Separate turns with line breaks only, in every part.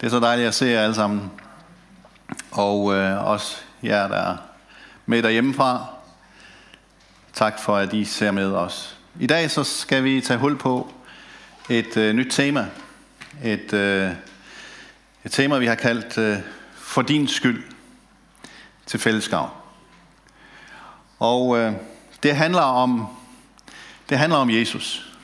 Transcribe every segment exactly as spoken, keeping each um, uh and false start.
Det er så dejligt at se jer alle sammen. Og øh, også jer, der er med derhjemmefra. Tak for, at I ser med os. I dag så skal vi tage hul på et øh, nyt tema. Et, øh, et tema, vi har kaldt øh, For din skyld til fællesskab. Og øh, det handler om det handler om Jesus.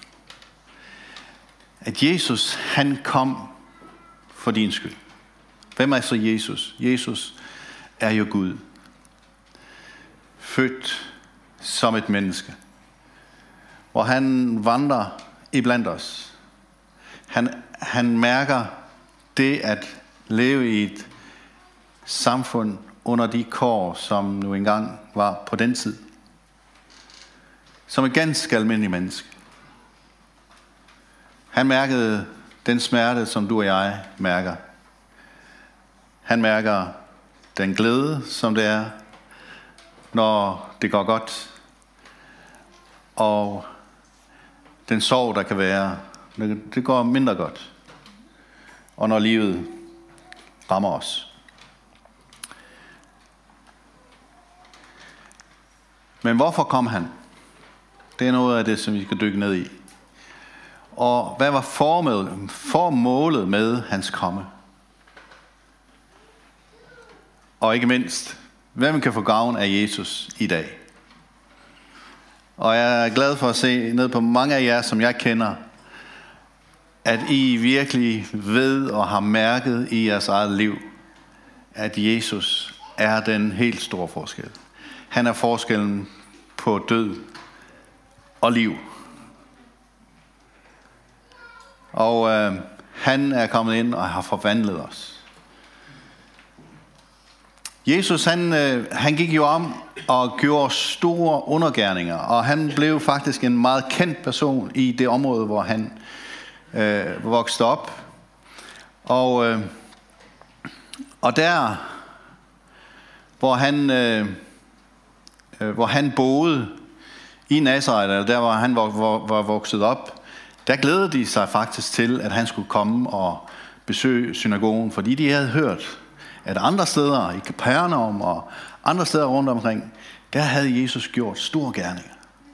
At Jesus, han kom for din skyld. Hvem er så Jesus? Jesus er jo Gud. Født som et menneske. Hvor han vandrer iblandt os. Han, han mærker det at leve i et samfund under de kår, som nu engang var på den tid. Som et ganske almindeligt menneske. Han mærkede den smerte, som du og jeg mærker. Han mærker den glæde, som det er, når det går godt. Og den sorg, der kan være, det går mindre godt. Og når livet rammer os. Men hvorfor kom han? Det er noget af det, som vi skal dykke ned i. Og hvad var formålet, formålet med hans komme? Og ikke mindst, hvem kan få gavn af Jesus i dag? Og jeg er glad for at se ned på mange af jer, som jeg kender, at I virkelig ved og har mærket i jeres eget liv, at Jesus er den helt store forskel. Han er forskellen på død og liv. Og øh, han er kommet ind og har forvandlet os. Jesus, han, øh, han gik jo om og gjorde store undergerninger, og han blev faktisk en meget kendt person i det område, hvor han øh, voksede op. Og, øh, og der, hvor han, øh, øh, hvor han boede i Nazaret, eller der, hvor han var, var, var vokset op, der glædede de sig faktisk til, at han skulle komme og besøge synagogen, fordi de havde hørt, at andre steder, i Kapernaum og andre steder rundt omkring, der havde Jesus gjort store gerninger.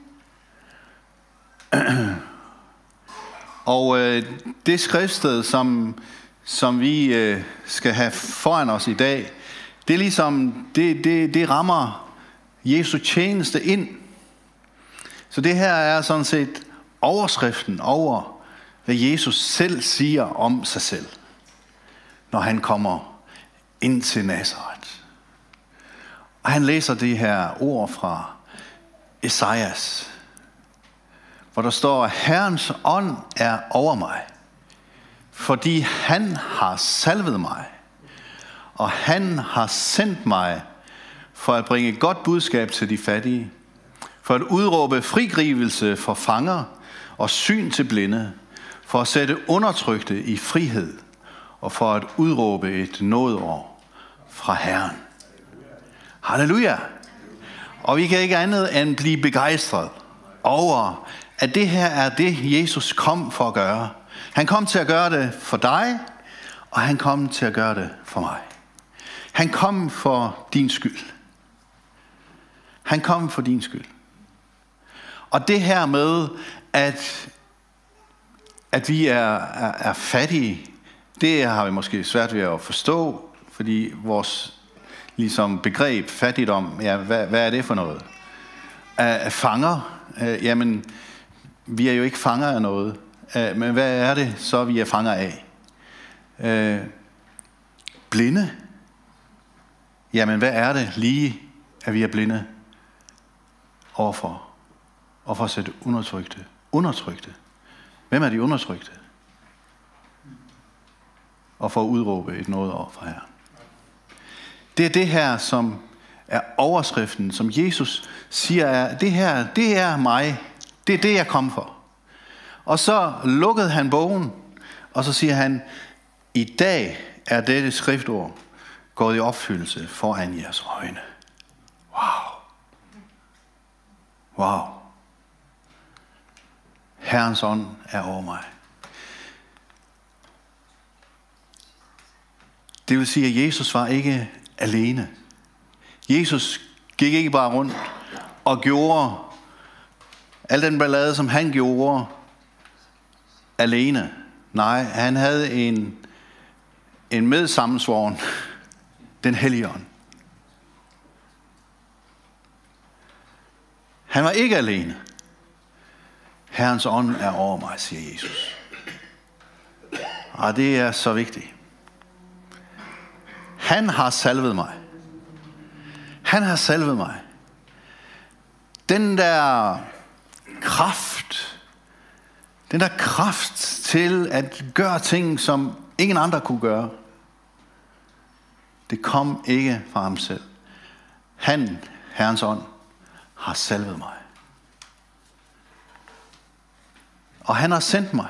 Og øh, det skriftsted, som, som vi øh, skal have foran os i dag, det er ligesom, det, det, det rammer Jesu tjeneste ind. Så det her er sådan set overskriften over, hvad Jesus selv siger om sig selv, når han kommer ind til Nazaret. Og han læser de her ord fra Esajas, hvor der står, at Herrens ånd er over mig, fordi han har salvet mig, og han har sendt mig for at bringe et godt budskab til de fattige, for at udråbe frigrivelse for fanger og syn til blinde, for at sætte undertrykte i frihed, og for at udråbe et nådeår fra Herren. Halleluja! Og vi kan ikke andet end blive begejstret over, at det her er det, Jesus kom for at gøre. Han kom til at gøre det for dig, og han kom til at gøre det for mig. Han kom for din skyld. Han kom for din skyld. Og det her med, at, at vi er, er, er fattige, det har vi måske svært ved at forstå, fordi vores ligesom begreb fattigdom, ja, hvad, hvad er det for noget? Er fanger? Uh, jamen, vi er jo ikke fanger af noget. Uh, men hvad er det så, vi er fanger af? Uh, blinde? Jamen, hvad er det lige, at vi er blinde overfor? Og for at sætte undertrykte. Undertrykte. Hvem er de undertrykte? Og for at udråbe et nådeår fra Herren. Det er det her, som er overskriften, som Jesus siger, er, det her, det er mig. Det er det, jeg kom for. Og så lukkede han bogen, og så siger han, i dag er dette skriftord gået i opfyldelse foran jeres øjne. Wow. Wow. Herrens ånd er over mig. Det vil sige, at Jesus var ikke alene. Jesus gik ikke bare rundt og gjorde al den ballade, som han gjorde, alene. Nej, han havde en, en medsammensvoren, den hellige ånd. Han var ikke alene. Herrens ånd er over mig, siger Jesus. Og det er så vigtigt. Han har salvet mig. Han har salvet mig. Den der kraft, den der kraft til at gøre ting, som ingen andre kunne gøre, det kom ikke fra ham selv. Han, Herrens ånd, har salvet mig. Og han har sendt mig.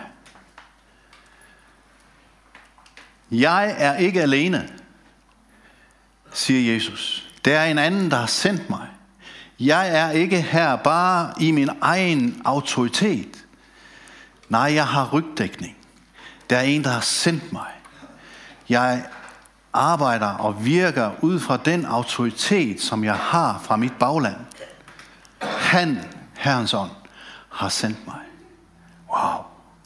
Jeg er ikke alene, siger Jesus. Det er en anden, der har sendt mig. Jeg er ikke her bare i min egen autoritet. Nej, jeg har rygdækning. Der er en, der har sendt mig. Jeg arbejder og virker ud fra den autoritet, som jeg har fra mit bagland. Han, Herrens ånd, har sendt mig. Wow.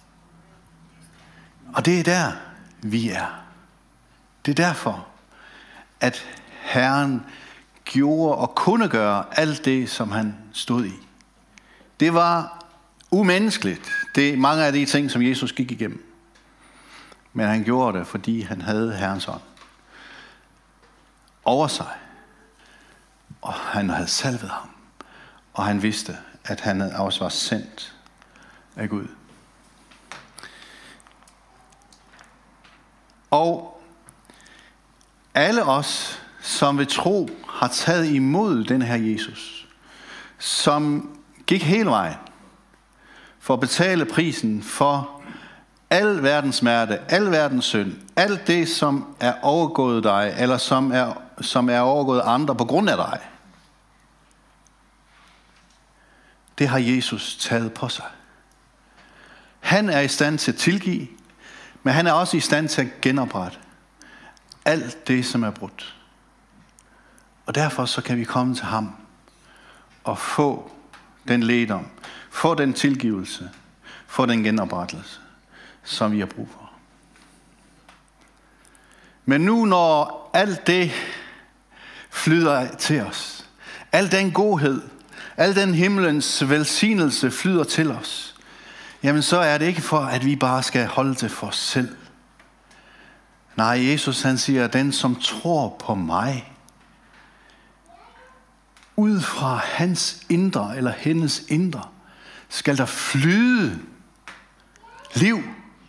Og det er der, vi er. Det er derfor, at Herren gjorde og kunne gøre alt det, som han stod i. Det var umenneskeligt. Det er mange af de ting, som Jesus gik igennem. Men han gjorde det, fordi han havde Herrens ånd over sig. Og han havde salvet ham. Og han vidste, at han også var sendt af Gud. Og alle os, som ved tro har taget imod den her Jesus, som gik hele vejen for at betale prisen for al verdens smerte, al verdens synd, alt det, som er overgået dig, eller som er, som er overgået andre på grund af dig, det har Jesus taget på sig. Han er i stand til at tilgive, men han er også i stand til at genoprette alt det, som er brudt. Og derfor så kan vi komme til ham og få den lægedom, få den tilgivelse, få den genoprettelse, som vi har brug for. Men nu når alt det flyder til os, al den godhed, al den himlens velsignelse flyder til os, jamen så er det ikke for, at vi bare skal holde det for os selv. Nej, Jesus han siger, at den som tror på mig, ud fra hans indre eller hendes indre, skal der flyde liv.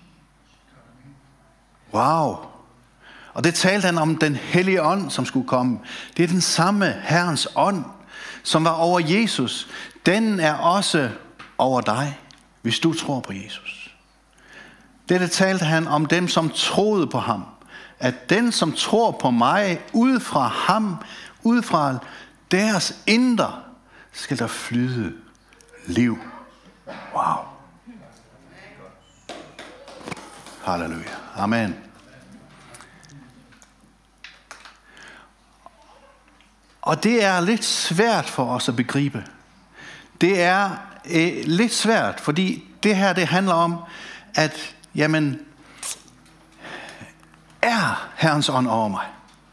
Wow. Og det talte han om den hellige ånd, som skulle komme. Det er den samme Herrens ånd, som var over Jesus. Den er også over dig, hvis du tror på Jesus. Dette talte han om dem, som troede på ham. At den, som tror på mig, ud fra ham, ud fra deres indre, skal der flyde liv. Wow. Halleluja. Amen. Og det er lidt svært for os at begribe. Det er øh, lidt svært, fordi det her det handler om, at jamen, er Herrens ånd over mig?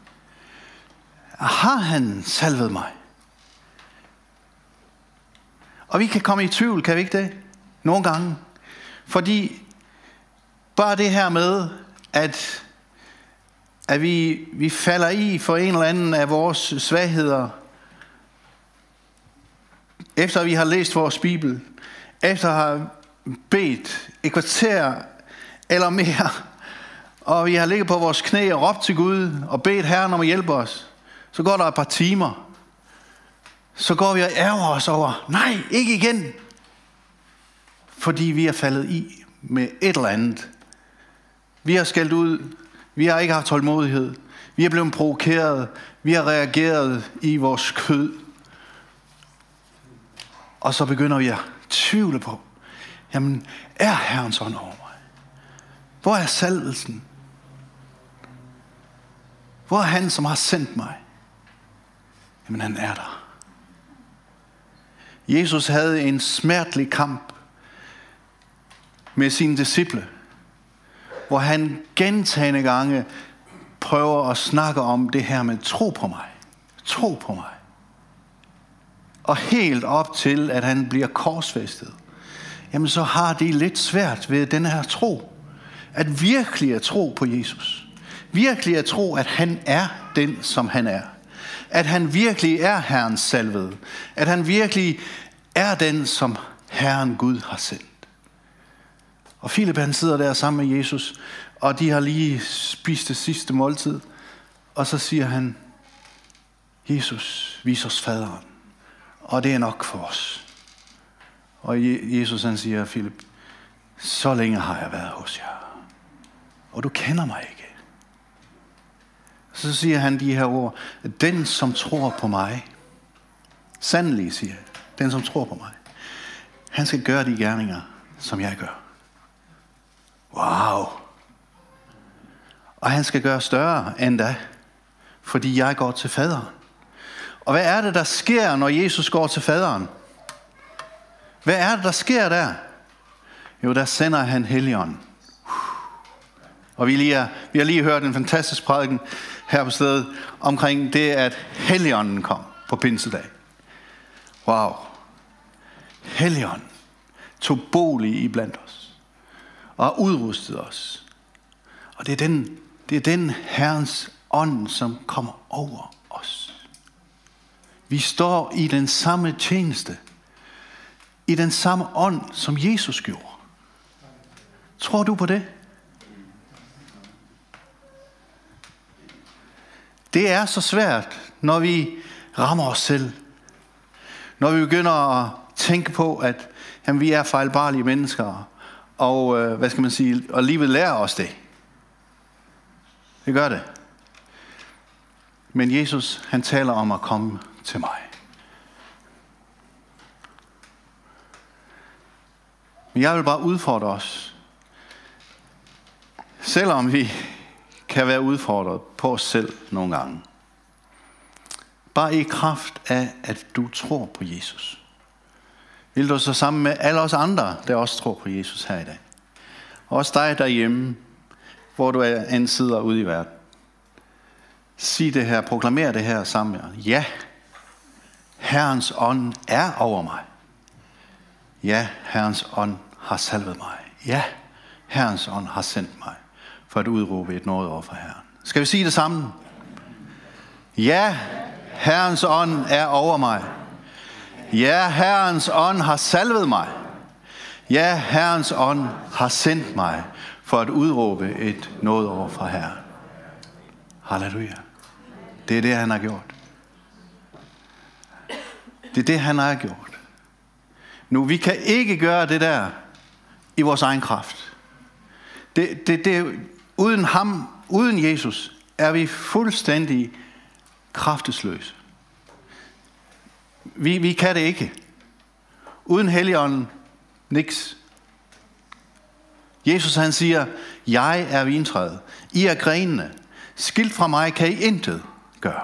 Har han salvet mig? Og vi kan komme i tvivl, kan vi ikke det? Nogle gange. Fordi bare det her med, at, at vi, vi falder i for en eller anden af vores svagheder, efter vi har læst vores Bibel, efter at have bedt et kvarter eller mere, og vi har ligget på vores knæ og råbt til Gud og bedt Herren om at hjælpe os, så går der et par timer, så går vi og ærger os over, nej, ikke igen, fordi vi er faldet i med et eller andet. Vi har skældt ud, vi har ikke haft tålmodighed, vi er blevet provokeret, vi har reageret i vores kød, og så begynder vi at tvivle på, jamen, er Herrens ånd over mig? Hvor er salvelsen? Hvor er han, som har sendt mig? Jamen, han er der. Jesus havde en smertelig kamp med sine disciple, hvor han gentagne gange prøver at snakke om det her med tro på mig. Tro på mig. Og helt op til, at han bliver korsfæstet, jamen så har de lidt svært ved den her tro. At virkelig at tro på Jesus. Virkelig at tro, at han er den, som han er. At han virkelig er Herrens salvede. At han virkelig er den, som Herren Gud har sendt. Og Filip, han sidder der sammen med Jesus, og de har lige spist det sidste måltid. Og så siger han, Jesus, vis os faderen. Og det er nok for os. Og Jesus han siger, Filip, så længe har jeg været hos jer. Og du kender mig ikke. Så siger han de her ord, den som tror på mig, sandelig siger jeg, den som tror på mig, han skal gøre de gerninger, som jeg gør. Wow. Og han skal gøre større end da, fordi jeg går til faderen. Og hvad er det, der sker, når Jesus går til faderen? Hvad er det, der sker der? Jo, der sender han Helligånden. Og vi, lige er, vi har lige hørt en fantastisk prædiken her på stedet omkring det, at Helligånden kom på pinsedag. Wow. Helligånden tog bolig i blandt os og har udrustet os. Og det er den, det er den Herrens ånd, som kommer over os. Vi står i den samme tjeneste, i den samme ånd, som Jesus gjorde. Tror du på det? Det er så svært, når vi rammer os selv. Når vi begynder at tænke på, at jamen, vi er fejlbarlige mennesker, og øh, hvad skal man sige, og livet lærer os det. Det gør det. Men Jesus, han taler om at komme til mig. Men jeg vil bare udfordre os. Selvom vi kan være udfordret på os selv nogle gange. Bare i kraft af, at du tror på Jesus. Vil du så sammen med alle os andre, der også tror på Jesus her i dag. Og også dig derhjemme, hvor du er en sidder ude i verden. Sig det her, proklamer det her sammen med jer. Ja, Herrens ånd er over mig. Ja, Herrens ånd har salvet mig. Ja, Herrens ånd har sendt mig for at udråbe et nåde over for Herren. Skal vi sige det sammen? Ja, Herrens ånd er over mig. Ja, Herrens ånd har salvet mig. Ja, Herrens ånd har sendt mig for at udråbe et nåde over for Herren. Halleluja. Det er det, han har gjort. Det er det, han har gjort. Nu, vi kan ikke gøre det der i vores egen kraft. Det, det, det, uden ham, uden Jesus, er vi fuldstændig kraftesløse. Vi, vi kan det ikke. Uden Helligånden, niks. Jesus han siger, jeg er vintræet, I er grenene. Skilt fra mig kan I intet gøre.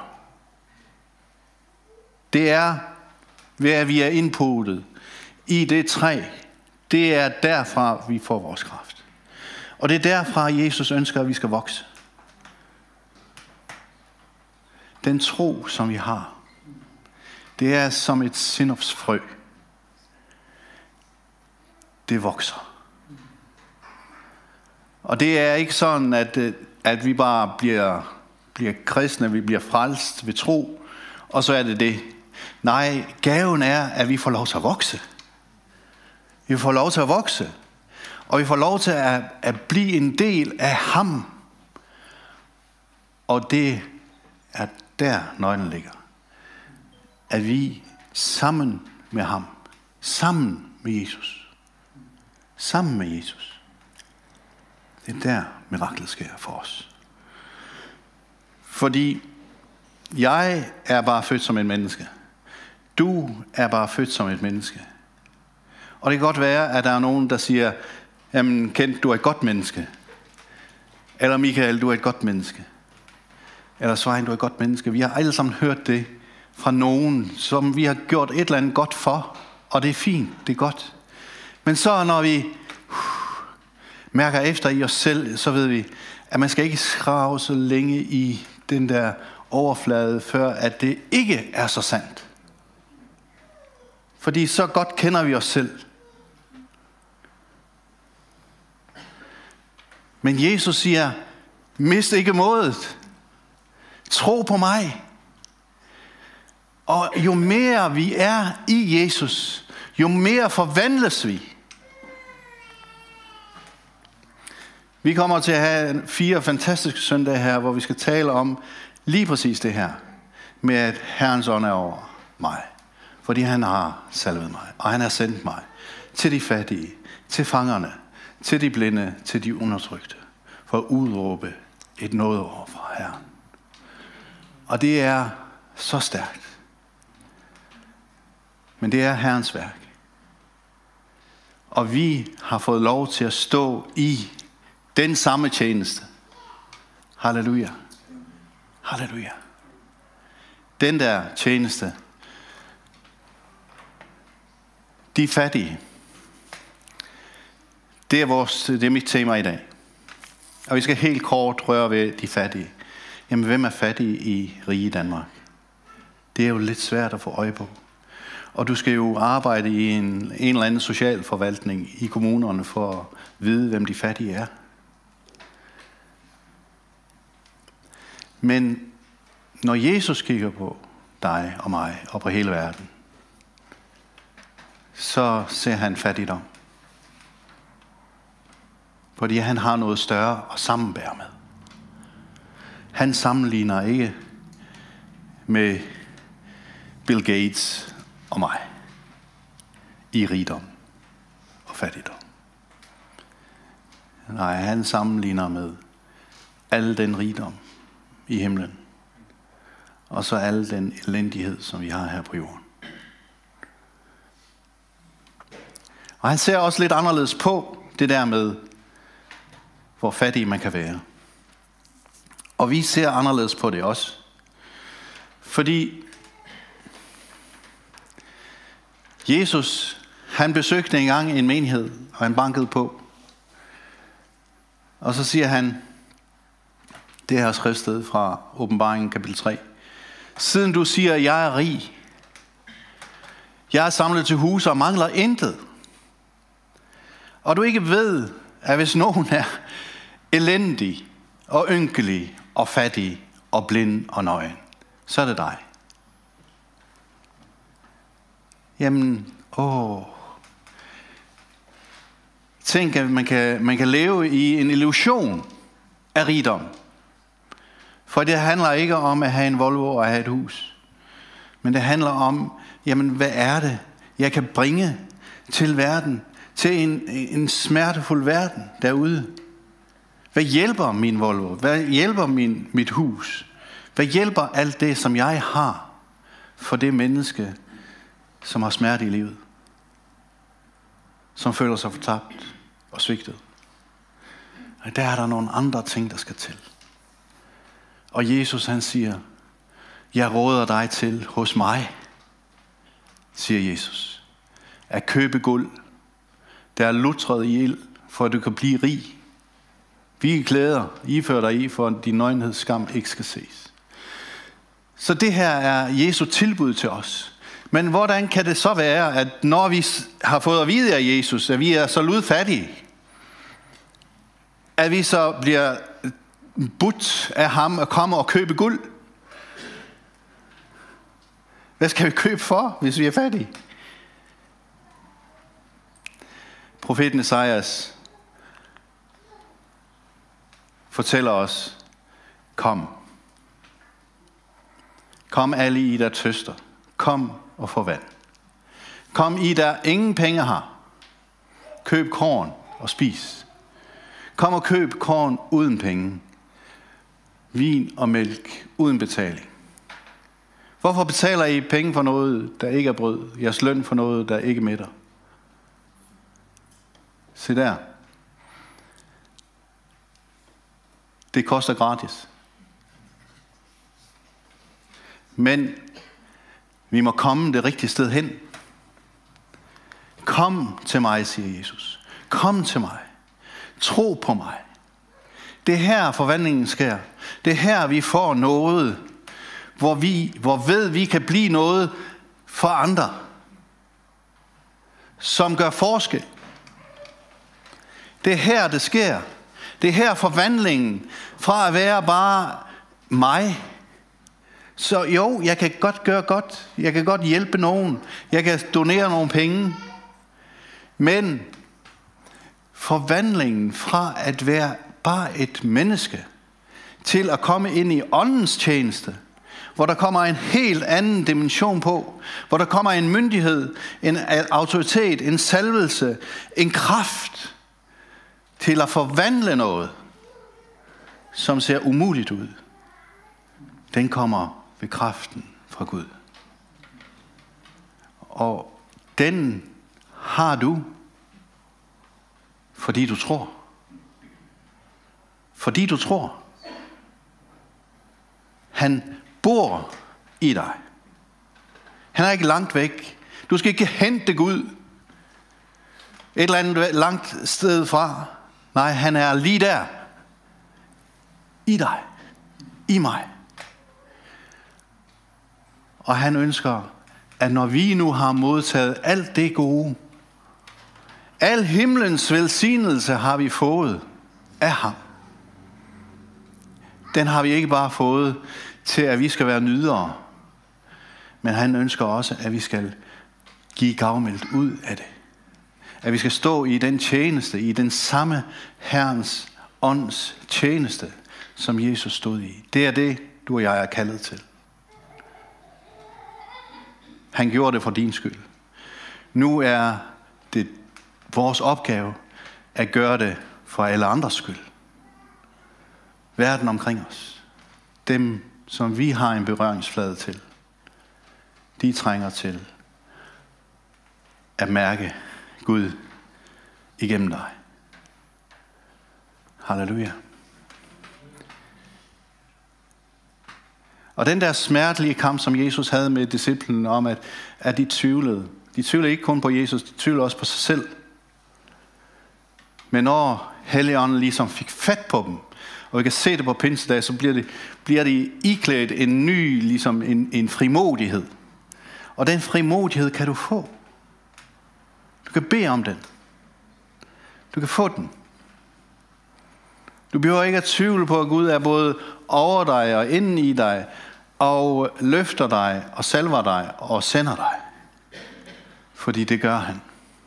Det er ved at vi er indputtet i det træ. Det er derfra vi får vores kraft. Og det er derfra Jesus ønsker at vi skal vokse. Den tro som vi har, det er som et sindopsfrø. Det vokser. Og det er ikke sådan at at vi bare bliver bliver kristne, vi bliver frelst ved tro, og så er det det. Nej, gaven er, at vi får lov til at vokse. Vi får lov til at vokse. Og vi får lov til at, at blive en del af ham. Og det er der nøglen ligger. At vi sammen med ham, sammen med Jesus, sammen med Jesus, det er der miraklet sker for os. Fordi jeg er bare født som et menneske. Du er bare født som et menneske. Og det kan godt være, at der er nogen, der siger, jamen Kent, du er et godt menneske. Eller Michael, du er et godt menneske. Eller Svein, du er et godt menneske. Vi har alle sammen hørt det fra nogen, som vi har gjort et eller andet godt for. Og det er fint, det er godt. Men så når vi uh, mærker efter i os selv, så ved vi, at man skal ikke skrave så længe i den der overflade, før at det ikke er så sandt. Fordi så godt kender vi os selv. Men Jesus siger, mist ikke modet. Tro på mig. Og jo mere vi er i Jesus, jo mere forvandles vi. Vi kommer til at have fire fantastiske søndage her, hvor vi skal tale om lige præcis det her. Med at Herrens ånd er over mig. Fordi han har salvet mig, og han har sendt mig til de fattige, til fangerne, til de blinde, til de undertrykte. For at udråbe et nådeord fra Herren. Og det er så stærkt. Men det er Herrens værk. Og vi har fået lov til at stå i den samme tjeneste. Halleluja. Halleluja. Den der tjeneste. De fattige. Det er, vores, det er mit tema i dag. Og vi skal helt kort røre ved de fattige. Jamen, hvem er fattige i rige Danmark? Det er jo lidt svært at få øje på. Og du skal jo arbejde i en, en eller anden social forvaltning i kommunerne for at vide, hvem de fattige er. Men når Jesus kigger på dig og mig og på hele verden, så ser han fattigdom. Fordi han har noget større at sammenbære med. Han sammenligner ikke med Bill Gates og mig i rigdom og fattigdom. Nej, han sammenligner med al den rigdom i himlen. Og så al den elendighed, som vi har her på jorden. Og han ser også lidt anderledes på det der med, hvor fattig man kan være. Og vi ser anderledes på det også. Fordi Jesus, han besøgte engang en menighed, og han bankede på. Og så siger han, det her skriftsted fra Åbenbaringen kapitel tre. Siden du siger, jeg er rig, jeg er samlet til hus og mangler intet. Og du ikke ved, at hvis nogen er elendig og ynkelig og fattig og blind og nøgen, så er det dig. Jamen, åh. Tænk, at man kan, man kan leve i en illusion af rigdom. For det handler ikke om at have en Volvo og have et hus. Men det handler om, jamen hvad er det, jeg kan bringe til verden, til en, en smertefuld verden derude. Hvad hjælper min Volvo? Hvad hjælper min, mit hus? Hvad hjælper alt det, som jeg har for det menneske, som har smerte i livet? Som føler sig fortabt og svigtet. Og der er der nogle andre ting, der skal til. Og Jesus han siger, jeg råder dig til hos mig, siger Jesus, at købe guld, der er lutret i ild, for at du kan blive rig. Vi klæder, ifører dig i, for at din nøgenhedsskam ikke skal ses. Så det her er Jesu tilbud til os. Men hvordan kan det så være, at når vi har fået at vide af Jesus, at vi er så ludfattige, at vi så bliver budt af ham at komme og købe guld? Hvad skal vi købe for, hvis vi er fattige? Profeten Esajas fortæller os, kom. Kom alle I, der tøster. Kom og få vand. Kom I, der ingen penge har. Køb korn og spis. Kom og køb korn uden penge. Vin og mælk uden betaling. Hvorfor betaler I penge for noget, der ikke er brød? Jeres løn for noget, der ikke mætter? Se der. Det koster gratis. Men vi må komme det rigtige sted hen. Kom til mig, siger Jesus. Kom til mig. Tro på mig. Det er her forvandlingen sker. Det er her vi får noget, hvor vi, hvor ved vi kan blive noget for andre, som gør forskel. Det er her det sker. Det er her forvandlingen fra at være bare mig. Så jo, jeg kan godt gøre godt. Jeg kan godt hjælpe nogen. Jeg kan donere nogle penge. Men forvandlingen fra at være bare et menneske til at komme ind i åndens tjeneste, hvor der kommer en helt anden dimension på, hvor der kommer en myndighed, en autoritet, en salvelse, en kraft til at forvandle noget, som ser umuligt ud. Den kommer ved kraften fra Gud. Og den har du, fordi du tror. Fordi du tror. Han bor i dig. Han er ikke langt væk. Du skal ikke hente Gud et eller andet langt sted fra. Nej, han er lige der. I dig. I mig. Og han ønsker, at når vi nu har modtaget alt det gode, al himlens velsignelse har vi fået af ham. Den har vi ikke bare fået til, at vi skal være nydere, men han ønsker også, at vi skal give gavmildt ud af det. At vi skal stå i den tjeneste, i den samme Herrens ånds tjeneste, som Jesus stod i. Det er det, du og jeg er kaldet til. Han gjorde det for din skyld. Nu er det vores opgave at gøre det for alle andres skyld. Verden omkring os. Dem, som vi har en berøringsflade til. De trænger til at mærke Gud igennem dig. Halleluja. Og den der smertelige kamp, som Jesus havde med disciplen om, at, at de tvivlede. De tvivlede ikke kun på Jesus, de tvivlede også på sig selv. Men når Helligånden ligesom fik fat på dem, og vi kan se det på pinsedag, så bliver de, bliver de iklædt en ny, ligesom en, en frimodighed. Og den frimodighed kan du få. Du kan bede om den. Du kan få den. Du behøver ikke at tvivle på, at Gud er både over dig og inden i dig, og løfter dig og salver dig og sender dig. Fordi det gør han.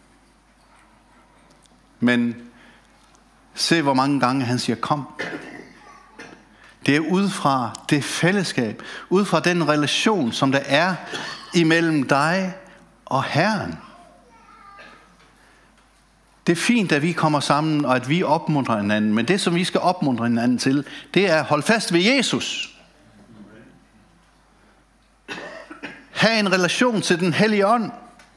Men se, hvor mange gange han siger, kom. Det er ud fra det fællesskab, ud fra den relation, som der er imellem dig og Herren. Det er fint, at vi kommer sammen, og at vi opmuntrer hinanden. Men det, som vi skal opmuntre hinanden til, det er at holde fast ved Jesus. Ha' en relation til den hellige ånd.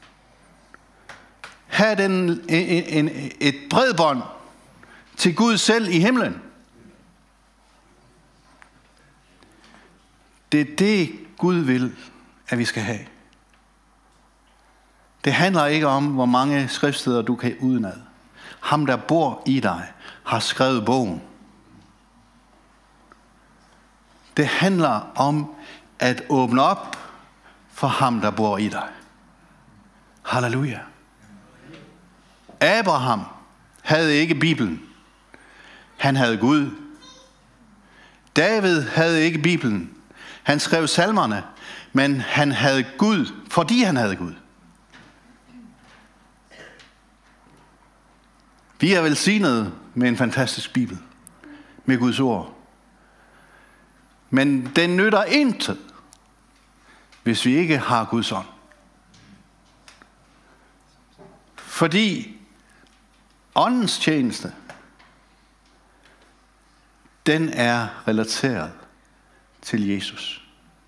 Ha' den, en, en, et bredbånd til Gud selv i himlen. Det er det, Gud vil, at vi skal have. Det handler ikke om, hvor mange skriftsteder du kan udenad. Ham, der bor i dig, har skrevet bogen. Det handler om at åbne op for ham, der bor i dig. Halleluja. Abraham havde ikke Bibelen. Han havde Gud. David havde ikke Bibelen. Han skrev salmerne, men han havde Gud, fordi han havde Gud. Vi er velsignet med en fantastisk Bibel, med Guds ord. Men den nytter intet, hvis vi ikke har Guds ånd. Fordi åndens tjeneste, den er relateret til Jesus.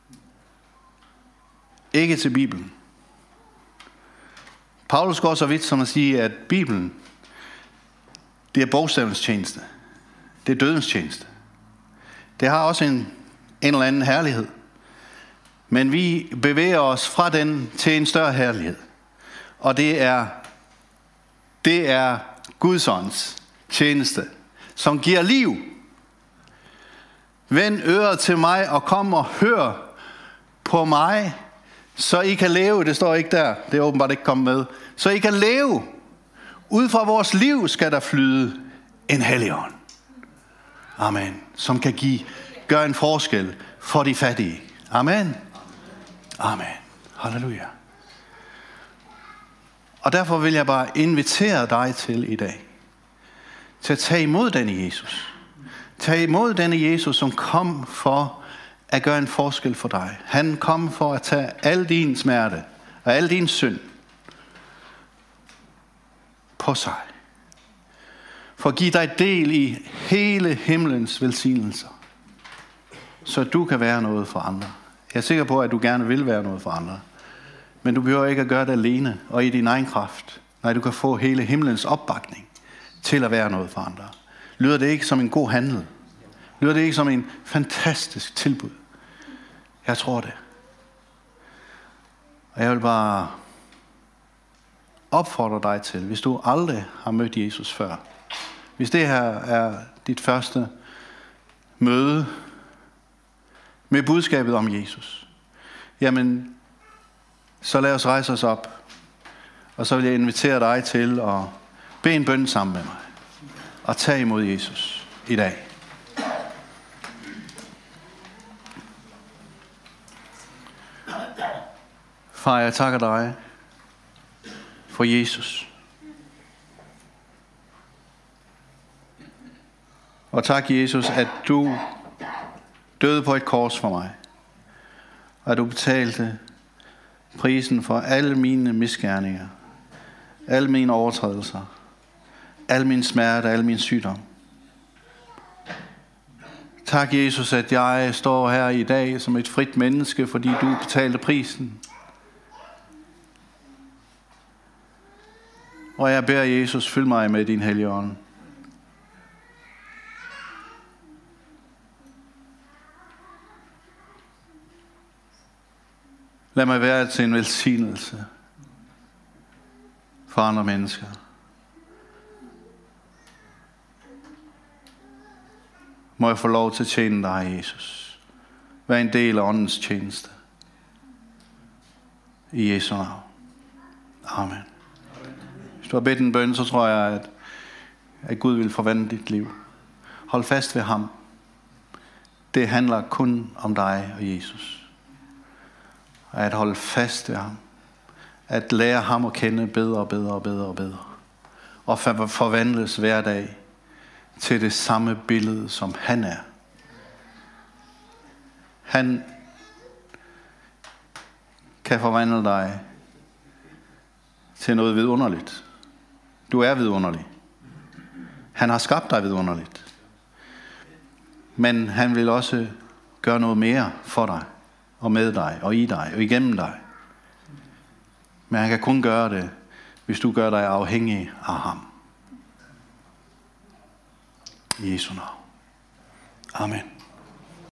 Ikke til Bibelen. Paulus går så vidt som at sige, at Bibelen, det er bogstavens tjeneste. Det er dødens tjeneste. Det har også en, en eller anden herlighed. Men vi bevæger os fra den til en større herlighed. Og det er, det er Guds ånds tjeneste, som giver liv. Vend øret til mig og kom og hør på mig, så I kan leve. Det står ikke der, det er åbenbart ikke kommet med. Så I kan leve. Ud fra vores liv skal der flyde en Helligånd. Amen. Som kan give, gøre en forskel for de fattige. Amen. Amen. Halleluja. Og derfor vil jeg bare invitere dig til i dag, til at tage imod denne Jesus. Tag imod denne Jesus, som kom for at gøre en forskel for dig. Han kom for at tage al din smerte og al din synd på sig. For at give dig del i hele himlens velsignelser, så du kan være noget for andre. Jeg er sikker på, at du gerne vil være noget for andre. Men du behøver ikke at gøre det alene og i din egen kraft. Nej, du kan få hele himlens opbakning til at være noget for andre. Lyder det ikke som en god handel? Lyder det ikke som en fantastisk tilbud? Jeg tror det. Og jeg vil bare opfordre dig til, hvis du aldrig har mødt Jesus før, hvis det her er dit første møde med budskabet om Jesus, jamen, så lad os rejse os op, og så vil jeg invitere dig til at bede en bøn sammen med mig, og tage imod Jesus i dag. Far, jeg takker dig for Jesus. Og tak, Jesus, at du døde på et kors for mig. Og at du betalte prisen for alle mine misgerninger, alle mine overtrædelser, al min smerte, al min sygdom. Tak, Jesus, at jeg står her i dag som et frit menneske, fordi du betalte prisen. Og jeg beder Jesus, fyld mig med din hellige ånd. Lad mig være til en velsignelse for andre mennesker. Må jeg få lov til at tjene dig, Jesus. Vær en del af åndens tjeneste. I Jesu navn. Amen. Hvis du har bedt en bøn, så tror jeg, at, at Gud vil forvandle dit liv. Hold fast ved ham. Det handler kun om dig og Jesus. At holde fast ved ham. At lære ham at kende bedre og bedre og bedre og bedre. Og forvandles hver dag til det samme billede, som han er. Han kan forvandle dig til noget vidunderligt. Du er vidunderlig. Han har skabt dig vidunderligt. Men han vil også gøre noget mere for dig, og med dig, og i dig, og igennem dig. Men han kan kun gøre det, hvis du gør dig afhængig af ham. I Jesu navn. Amen.